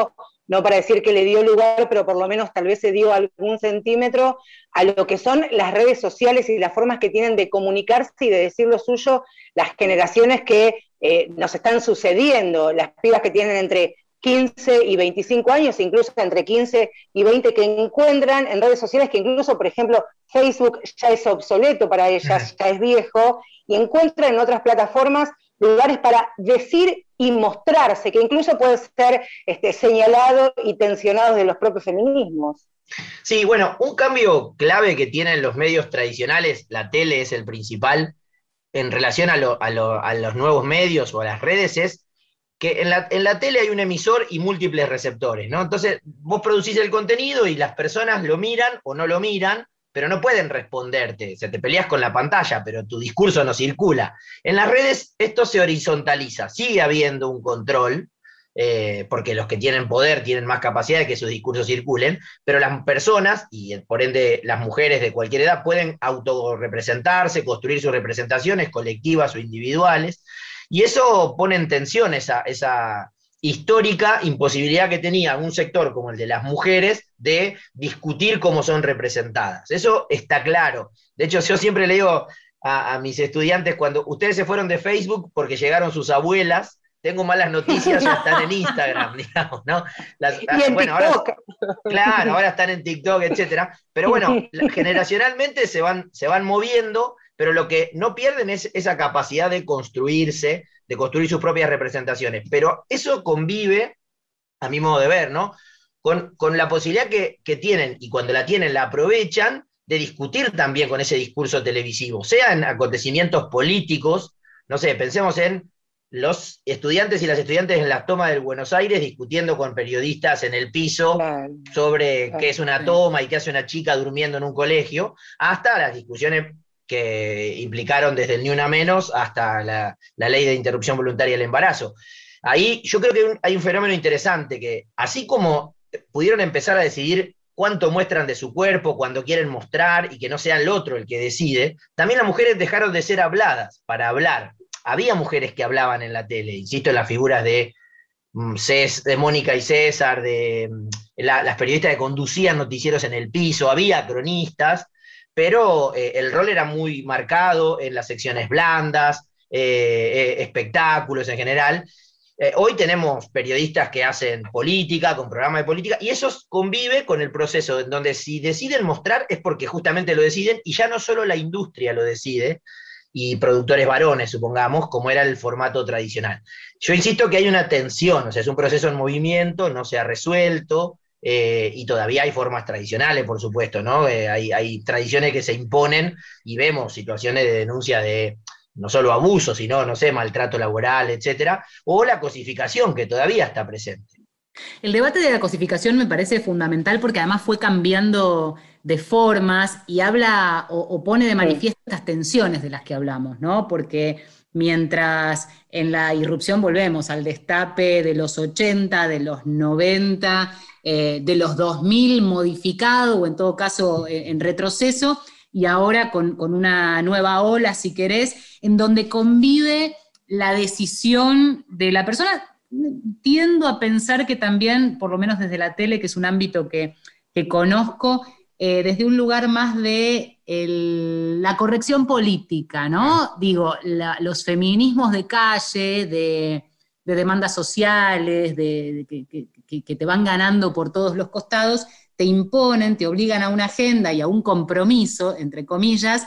no para decir que le dio lugar, pero por lo menos tal vez se dio algún centímetro a lo que son las redes sociales y las formas que tienen de comunicarse y de decir lo suyo las generaciones que eh, nos están sucediendo, las pibas que tienen entre quince y veinticinco años, incluso entre quince y veinte, que encuentran en redes sociales que incluso, por ejemplo, Facebook ya es obsoleto para ellas, ya es viejo, y encuentran en otras plataformas lugares para decir y mostrarse, que incluso puede ser este, señalado y tensionado de los propios feminismos. Sí, bueno, un cambio clave que tienen los medios tradicionales, la tele es el principal, en relación a, lo, a, lo, a los nuevos medios o a las redes, es que en la, en la tele hay un emisor y múltiples receptores, ¿no? Entonces, vos producís el contenido y las personas lo miran o no lo miran, pero no pueden responderte. O sea, te peleas con la pantalla, pero tu discurso no circula. En las redes esto se horizontaliza, sigue habiendo un control, eh, porque los que tienen poder tienen más capacidad de que sus discursos circulen, pero las personas, y por ende las mujeres de cualquier edad, pueden autorrepresentarse, construir sus representaciones colectivas o individuales, y eso pone en tensión esa, esa histórica imposibilidad que tenía un sector como el de las mujeres de discutir cómo son representadas. Eso está claro. De hecho, yo siempre le digo a, a mis estudiantes, cuando ustedes se fueron de Facebook porque llegaron sus abuelas, tengo malas noticias, ya están en Instagram, digamos, ¿no? Las, y en bueno, TikTok. Ahora, claro, ahora están en TikTok, etcétera. Pero bueno, generacionalmente se van, se van moviendo, pero lo que no pierden es esa capacidad de construirse, de construir sus propias representaciones. Pero eso convive, a mi modo de ver, ¿no? Con, con la posibilidad que, que tienen, y cuando la tienen la aprovechan, de discutir también con ese discurso televisivo, sea en acontecimientos políticos, no sé, pensemos en los estudiantes y las estudiantes en la toma del Buenos Aires discutiendo con periodistas en el piso Claro, sobre claro, qué es una sí. toma y qué hace una chica durmiendo en un colegio, hasta las discusiones que implicaron desde el Ni Una Menos hasta la, la ley de interrupción voluntaria del embarazo. Ahí yo creo que hay un, hay un fenómeno interesante, que así como pudieron empezar a decidir cuánto muestran de su cuerpo, cuando quieren mostrar, y que no sea el otro el que decide, también las mujeres dejaron de ser habladas para hablar. Había mujeres que hablaban en la tele, insisto en las figuras de, de Mónica y César, de la, las periodistas que conducían noticieros en el piso, había cronistas, pero eh, el rol era muy marcado en las secciones blandas, eh, eh, espectáculos en general. Eh, hoy tenemos periodistas que hacen política, con programas de política, y eso convive con el proceso, en donde si deciden mostrar es porque justamente lo deciden, y ya no solo la industria lo decide, y productores varones, supongamos, como era el formato tradicional. Yo insisto que hay una tensión, o sea, es un proceso en movimiento, no se ha resuelto, eh, y todavía hay formas tradicionales, por supuesto, ¿no? Eh, hay, hay tradiciones que se imponen, y vemos situaciones de denuncia de no solo abuso, sino, no sé, maltrato laboral, etcétera, o la cosificación, que todavía está presente. El debate de la cosificación me parece fundamental porque además fue cambiando de formas y habla o, o pone de manifiesto estas tensiones de las que hablamos, ¿no? Porque mientras en la irrupción volvemos al destape de los ochenta, de los noventa, eh, de los dos mil modificado o en todo caso en, en retroceso, y ahora con, con una nueva ola, si querés, en donde convive la decisión de la persona. Tiendo a pensar que también, por lo menos desde la tele, que es un ámbito que, que conozco, eh, desde un lugar más de el, la corrección política, ¿no? Digo, la, los feminismos de calle, de, de demandas sociales, de, de que, que, que te van ganando por todos los costados, te imponen, te obligan a una agenda y a un compromiso, entre comillas,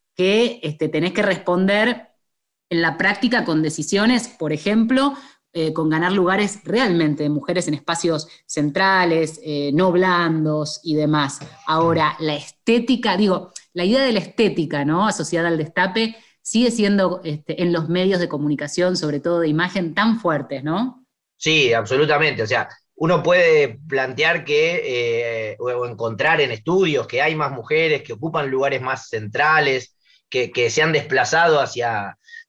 que este, tenés que responder en la práctica con decisiones, por ejemplo, Eh, con ganar lugares realmente de mujeres en espacios centrales, eh, no blandos y demás. Ahora, la estética, digo, la idea de la estética, ¿no?, asociada al destape, sigue siendo este, en los medios de comunicación, sobre todo de imagen, tan fuertes, ¿no? Sí, absolutamente. O sea, uno puede plantear que, eh, o encontrar en estudios que hay más mujeres que ocupan lugares más centrales, que, que se han desplazado hacia,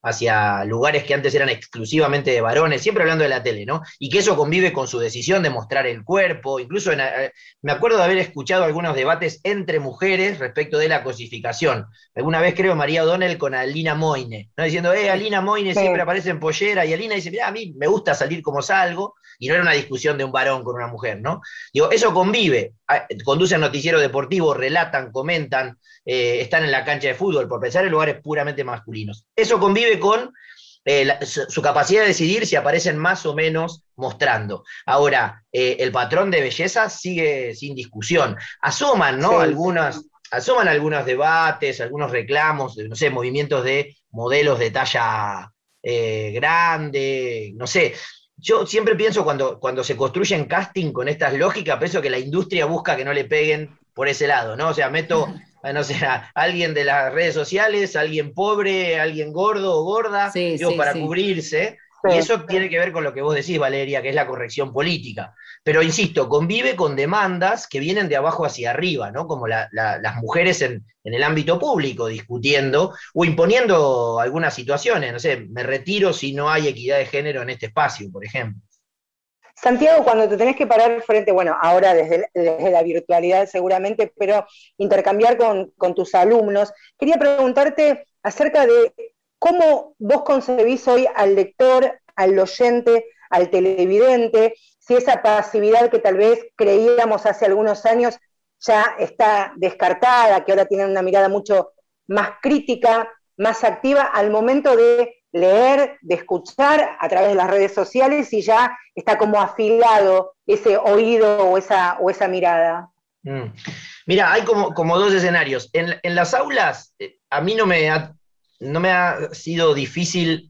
hacia lugares que antes eran exclusivamente de varones, siempre hablando de la tele, ¿no? Y que eso convive con su decisión de mostrar el cuerpo, incluso en, eh, me acuerdo de haber escuchado algunos debates entre mujeres respecto de la cosificación. Alguna vez creo María O'Donnell con Alina Moine, ¿no? Diciendo, eh, Alina Moine siempre aparece en pollera, y Alina dice, mira, a mí me gusta salir como salgo, y no era una discusión de un varón con una mujer, ¿no? Digo, eso convive, conducen noticiero deportivo, relatan, comentan, eh, están en la cancha de fútbol, por pensar en lugares puramente masculinos. Eso convive con eh, la, su, su capacidad de decidir si aparecen más o menos mostrando. Ahora, eh, el patrón de belleza sigue sin discusión. Asoman, ¿no? Sí. Algunas, asoman algunos debates, algunos reclamos, no sé, movimientos de modelos de talla eh, grande, no sé. Yo siempre pienso cuando, cuando se construyen casting con estas lógicas, pienso que la industria busca que no le peguen por ese lado, ¿no? O sea, meto, no sé, a alguien de las redes sociales, alguien pobre, alguien gordo o gorda, sí, digo, sí, para sí. cubrirse, sí, y eso sí. tiene que ver con lo que vos decís, Valeria, que es la corrección política. Pero insisto, convive con demandas que vienen de abajo hacia arriba, ¿no? Como la, la, las mujeres en, en el ámbito público discutiendo o imponiendo algunas situaciones, no sé, me retiro si no hay equidad de género en este espacio, por ejemplo. Santiago, cuando te tenés que parar frente, bueno, ahora desde, desde la virtualidad seguramente, pero intercambiar con, con tus alumnos, quería preguntarte acerca de cómo vos concebís hoy al lector, al oyente, al televidente, si esa pasividad que tal vez creíamos hace algunos años ya está descartada, que ahora tienen una mirada mucho más crítica, más activa al momento de leer, de escuchar a través de las redes sociales, y ya está como afilado ese oído o esa, o esa mirada. Mm. Mira, hay como, como dos escenarios. En, en las aulas, eh, a mí no me ha, no me ha sido difícil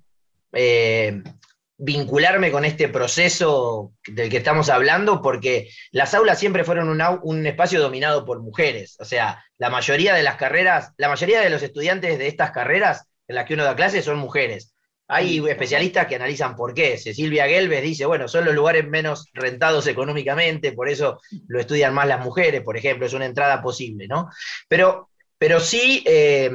eh, vincularme con este proceso del que estamos hablando, porque las aulas siempre fueron un, un espacio dominado por mujeres. O sea, la mayoría de las carreras, la mayoría de los estudiantes de estas carreras en las que uno da clases son mujeres. Hay especialistas que analizan por qué. Cecilia Gelbes dice, bueno, son los lugares menos rentados económicamente, por eso lo estudian más las mujeres, por ejemplo, es una entrada posible, ¿no? Pero, pero sí, eh,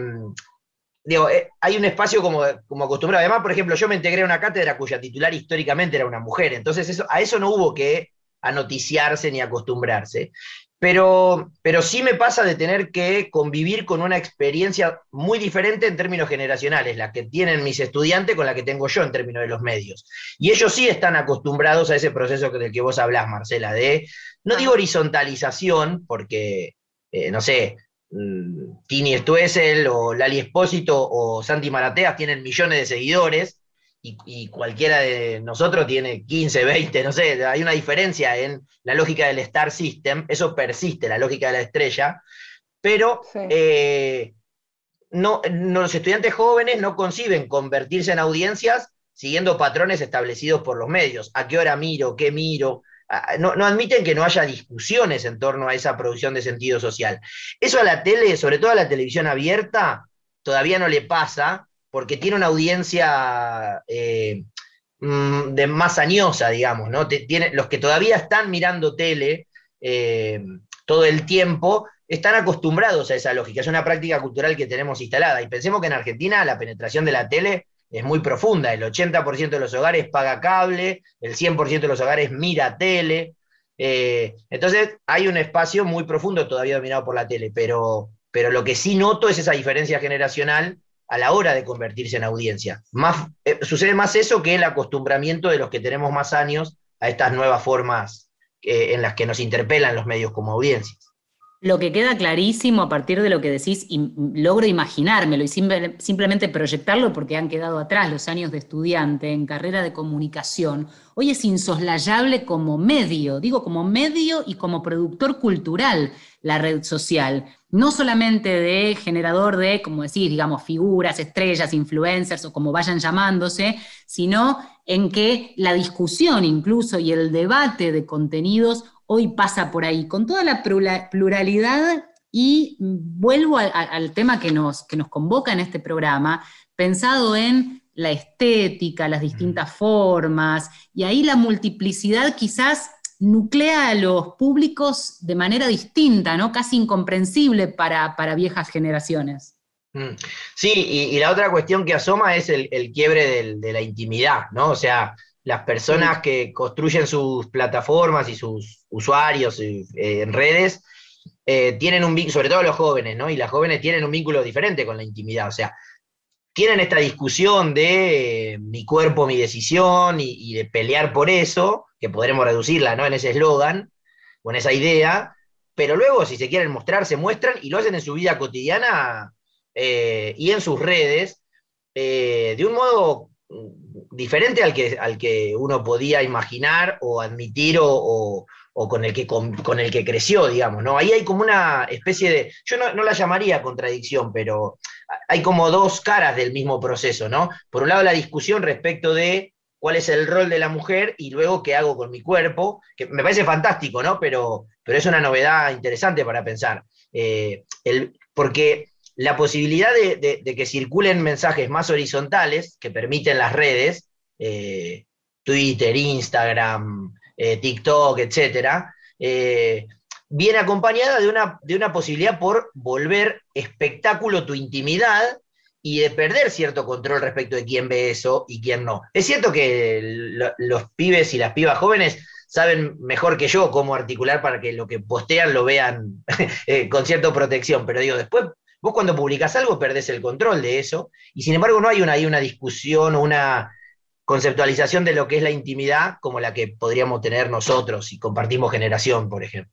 digo, eh, hay un espacio como, como acostumbrado. Además, por ejemplo, yo me integré a una cátedra cuya titular históricamente era una mujer, entonces eso, a eso no hubo que anoticiarse ni acostumbrarse. Pero, pero sí me pasa de tener que convivir con una experiencia muy diferente en términos generacionales, la que tienen mis estudiantes con la que tengo yo en términos de los medios. Y ellos sí están acostumbrados a ese proceso del que vos hablás, Marcela, de, no digo horizontalización, porque, eh, no sé, mmm, Tini Stoessel o Lali Espósito o Santi Marateas tienen millones de seguidores, Y, y cualquiera de nosotros tiene quince, veinte, no sé, hay una diferencia en la lógica del Star System, eso persiste, la lógica de la estrella, pero sí. eh, no, no, los estudiantes jóvenes no conciben convertirse en audiencias siguiendo patrones establecidos por los medios, a qué hora miro, qué miro, no, no admiten que no haya discusiones en torno a esa producción de sentido social. Eso a la tele, sobre todo a la televisión abierta, todavía no le pasa, porque tiene una audiencia eh, de más añosa, digamos, ¿no? Tiene, los que todavía están mirando tele eh, todo el tiempo, están acostumbrados a esa lógica, es una práctica cultural que tenemos instalada, y pensemos que en Argentina la penetración de la tele es muy profunda, el ochenta por ciento de los hogares paga cable, el cien por ciento de los hogares mira tele, eh, entonces hay un espacio muy profundo todavía dominado por la tele, pero, pero lo que sí noto es esa diferencia generacional a la hora de convertirse en audiencia. Más, eh, sucede más eso que el acostumbramiento de los que tenemos más años a estas nuevas formas eh, en las que nos interpelan los medios como audiencias. Lo que queda clarísimo a partir de lo que decís, y logro imaginármelo y simple, simplemente proyectarlo porque han quedado atrás los años de estudiante en carrera de comunicación, hoy es insoslayable como medio, digo como medio y como productor cultural la red social, no solamente de generador de, como decís, digamos, figuras, estrellas, influencers o como vayan llamándose, sino en que la discusión incluso y el debate de contenidos hoy pasa por ahí, con toda la pluralidad, y vuelvo a, a, al tema que nos, que nos convoca en este programa, pensado en la estética, las distintas formas, y ahí la multiplicidad quizás nuclea a los públicos de manera distinta, ¿no? Casi incomprensible para, para viejas generaciones. Sí, y, y la otra cuestión que asoma es el, el quiebre del, de la intimidad, ¿no? O sea, las personas sí. que construyen sus plataformas y sus usuarios eh, en redes eh, tienen un vínculo, sobre todo los jóvenes, ¿no? Y las jóvenes tienen un vínculo diferente con la intimidad, o sea, tienen esta discusión de eh, mi cuerpo, mi decisión, y, y de pelear por eso, que podremos reducirla, ¿no? En ese eslogan, o en esa idea, pero luego, si se quieren mostrar, se muestran y lo hacen en su vida cotidiana eh, y en sus redes, eh, de un modo diferente al que, al que uno podía imaginar o admitir o, o, o con, el que, con, con el que creció, digamos, ¿no? Ahí hay como una especie de, yo no, no la llamaría contradicción, pero hay como dos caras del mismo proceso, ¿no? Por un lado la discusión respecto de cuál es el rol de la mujer y luego qué hago con mi cuerpo, que me parece fantástico, ¿no? Pero, pero es una novedad interesante para pensar. Eh, el, porque la posibilidad de, de, de que circulen mensajes más horizontales que permiten las redes, eh, Twitter, Instagram, eh, TikTok, etcétera, eh, viene acompañada de una, de una posibilidad por volver espectáculo tu intimidad y de perder cierto control respecto de quién ve eso y quién no. Es cierto que lo, los pibes y las pibas jóvenes saben mejor que yo cómo articular para que lo que postean lo vean eh, con cierta protección, pero digo, después vos cuando publicás algo perdés el control de eso, y sin embargo no hay una, hay una discusión o una conceptualización de lo que es la intimidad como la que podríamos tener nosotros si compartimos generación, por ejemplo.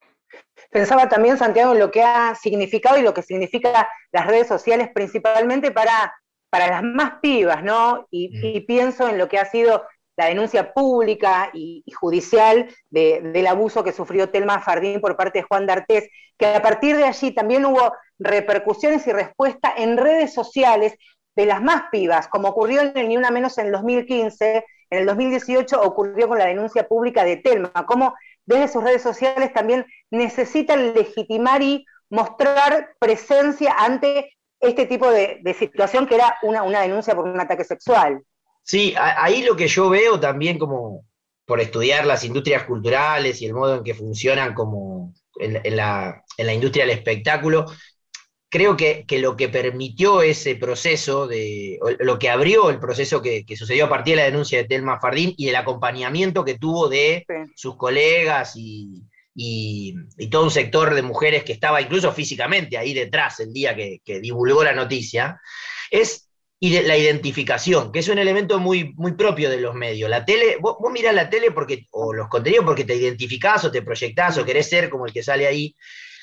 Pensaba también, Santiago, en lo que ha significado y lo que significa las redes sociales principalmente para, para las más pibas, ¿no? Y, mm. y pienso en lo que ha sido la denuncia pública y, y judicial de, del abuso que sufrió Telma Fardín por parte de Juan D'Artés, que a partir de allí también hubo repercusiones y respuesta en redes sociales de las más pibas, como ocurrió en el Ni Una Menos en el dos mil quince, en el dos mil dieciocho ocurrió con la denuncia pública de Telma, como desde sus redes sociales también necesitan legitimar y mostrar presencia ante este tipo de, de situación que era una, una denuncia por un ataque sexual. Sí, ahí lo que yo veo también, como por estudiar las industrias culturales y el modo en que funcionan como en, en, la, en la industria del espectáculo, creo que, que lo que permitió ese proceso, de, lo que abrió el proceso que, que sucedió a partir de la denuncia de Telma Fardín y del acompañamiento que tuvo de sí. sus colegas y, y, y todo un sector de mujeres que estaba incluso físicamente ahí detrás el día que, que divulgó la noticia, es y de la identificación, que es un elemento muy, muy propio de los medios. La tele, vos, vos mirás la tele porque, o los contenidos porque te identificás o te proyectás o querés ser como el que sale ahí,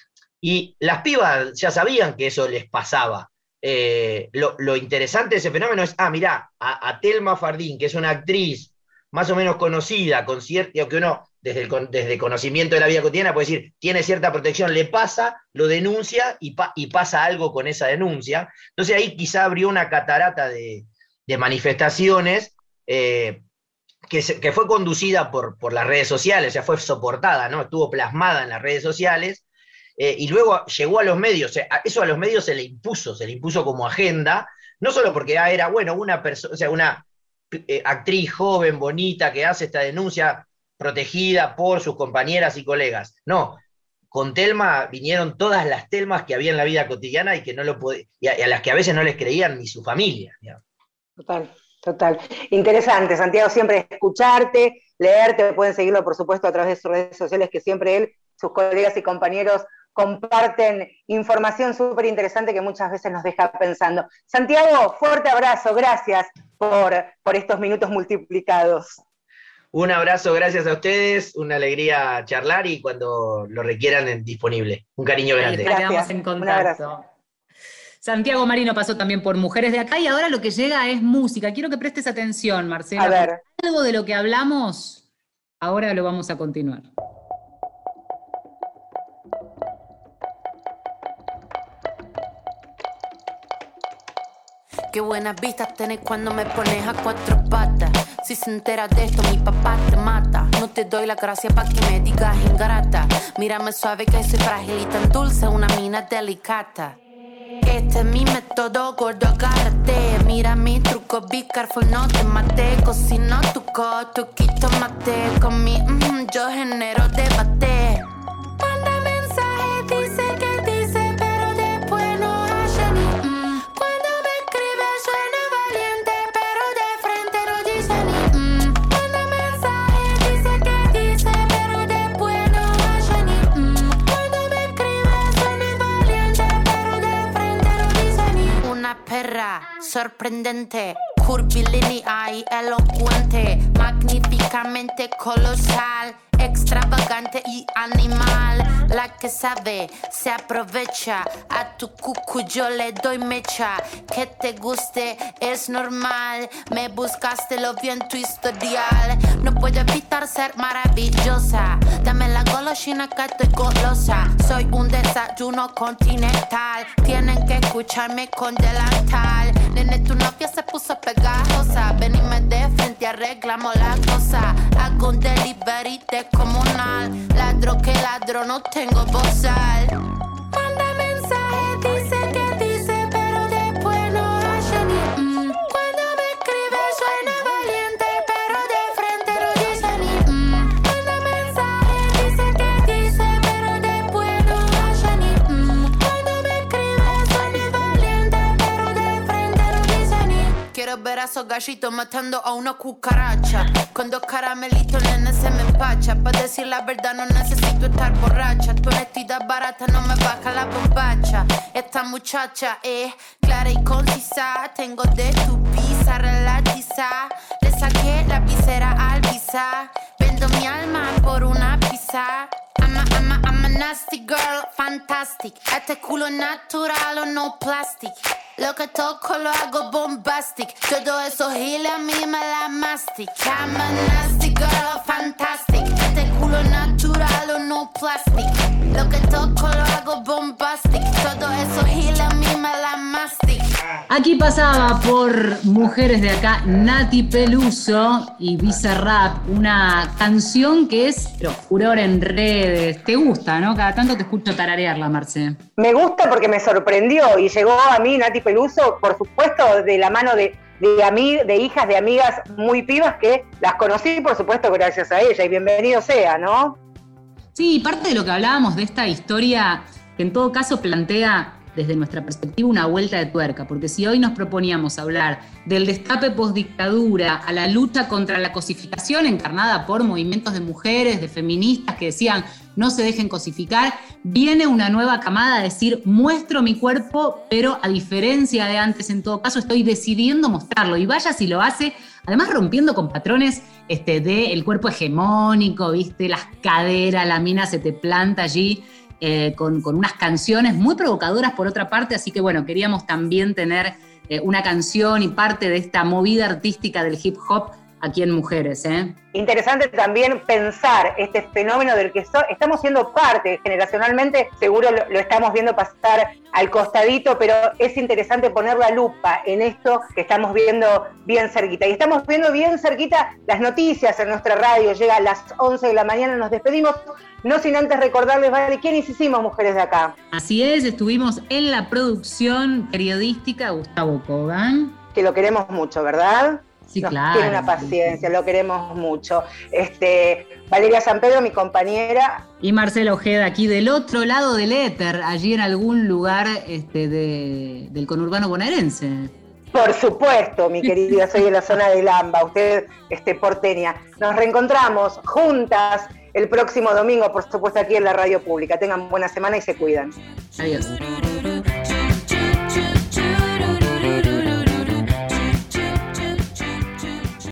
y las pibas ya sabían que eso les pasaba. Eh, lo, lo interesante de ese fenómeno es, ah, mirá, a, a Telma Fardín, que es una actriz más o menos conocida, con cierto, que uno desde el, desde el conocimiento de la vida cotidiana puede decir, tiene cierta protección, le pasa, lo denuncia y, pa, y pasa algo con esa denuncia. Entonces ahí quizá abrió una catarata de, de manifestaciones eh, que, se, que fue conducida por, por las redes sociales, o sea, fue soportada, ¿no? Estuvo plasmada en las redes sociales, eh, y luego llegó a los medios, o sea, eso a los medios se le impuso, se le impuso como agenda, no solo porque ah, era, bueno, una persona, o sea, una eh, actriz joven, bonita, que hace esta denuncia, protegida por sus compañeras y colegas. No, con Telma vinieron todas las Telmas que había en la vida cotidiana y que no lo podía, y a, y a las que a veces no les creían ni su familia. Digamos. Total, total. Interesante, Santiago, siempre escucharte, leerte, pueden seguirlo por supuesto a través de sus redes sociales, que siempre él, sus colegas y compañeros comparten información súper interesante que muchas veces nos deja pensando. Santiago, fuerte abrazo, gracias por, por estos minutos multiplicados. Un abrazo, gracias a ustedes, una alegría charlar y cuando lo requieran disponible. Un cariño grande. Quedamos en contacto. Santiago Marino pasó también por Mujeres de Acá y ahora lo que llega es música. Quiero que prestes atención, Marcela. A ver. Algo de lo que hablamos, ahora lo vamos a continuar. Qué buenas vistas tenés cuando me pones a cuatro patas. Si se entera de esto, mi papá te mata. No te doy la gracia pa' que me digas ingrata. Mírame suave que soy frágil y tan dulce, una mina delicata. Este es mi método, gordo, agárrate. Mira mi truco, be careful, no te mate. Cocino tu coto, quito mate. Con mi mm, yo genero debate. Manda mensaje, dice que dice, pero después no hace ni mm. sorprendente, curvilínea y elocuente, magníficamente colosal, extravagante y animal. La que sabe se aprovecha, a tu cucu yo le doy mecha. Que te guste es normal, me buscaste, lo vi en tu historial. No puedo evitar ser maravillosa, dame la golosina que estoy golosa. Soy un desayuno continental, tienen que escucharme con delantal. Nene, tu novia se puso pegajosa, venime de frente, arreglamos la cosa. Hago un delivery descomunal, ladro que ladro, no tengo bozal. Manda mensaje, dice que dice, pero después no hace ni mm. Cuando me escribe suena valiente, pero de frente no dice ni mm. Manda mensaje, dice que dice, pero después no hace ni mm. Cuando me escribe suena valiente, pero de frente no dice ni. Quiero ver a esos gallitos matando a una cucaracha. Con dos caramelitos, nene, se me empacha. Pa' decir la verdad no necesito estar borracha. Tu honestidad barata no me baja la bombacha. Esta muchacha es clara y concisa. Tengo de tu pizza relatiza. Le saqué la visera al visa. Vendo mi alma por una pizza. I'm a, I'm a, I'm a nasty girl, fantastic. Este culo natural o no plastic. Lo que toco lo hago bombastic. Todo eso gila a mí me la mastic. I'm a nasty girl, fantastic. Este culo natural o no plastic. Lo que toco lo hago bombastic. Todo eso gila a mí me la mastic. Aquí pasaba por Mujeres de Acá Nati Peluso y Bizarrap, una canción que es pero, furor en redes. ¿Te gusta, no? Cada tanto te escucho tararearla, Marce. Me gusta porque me sorprendió y llegó a mí Nati Peluso, por supuesto, de la mano de, de, ami- de hijas de amigas muy pibas que las conocí, por supuesto, gracias a ella. Y bienvenido sea, ¿no? Sí, parte de lo que hablábamos de esta historia que en todo caso plantea desde nuestra perspectiva una vuelta de tuerca, porque si hoy nos proponíamos hablar del destape postdictadura a la lucha contra la cosificación encarnada por movimientos de mujeres, de feministas que decían no se dejen cosificar, viene una nueva camada a decir muestro mi cuerpo, pero a diferencia de antes, en todo caso estoy decidiendo mostrarlo, y vaya si lo hace, además rompiendo con patrones este, del cuerpo hegemónico, ¿viste? Las caderas, la mina se te planta allí, Eh, con, con unas canciones muy provocadoras por otra parte, así que bueno, queríamos también tener eh, una canción y parte de esta movida artística del hip hop aquí en Mujeres. ¿eh? Interesante también pensar este fenómeno del que so- estamos siendo parte generacionalmente, seguro lo, lo estamos viendo pasar al costadito, pero es interesante poner la lupa en esto que estamos viendo bien cerquita. Y estamos viendo bien cerquita las noticias en nuestra radio, llega a las once de la mañana, nos despedimos, no sin antes recordarles, ¿vale? ¿Quiénes hicimos Mujeres de Acá? Así es, estuvimos en la producción periodística Gustavo Kogan. Que lo queremos mucho, ¿verdad? Sí, Nos claro. tiene una paciencia, lo queremos mucho. Este, Valeria San Pedro, mi compañera. Y Marcela Ojeda, aquí del otro lado del éter, allí en algún lugar este, de, del conurbano bonaerense. Por supuesto, mi querida, soy de la zona de Lamba, usted este, porteña. Nos reencontramos juntas el próximo domingo, por supuesto, aquí en la radio pública. Tengan buena semana y se cuidan. Adiós.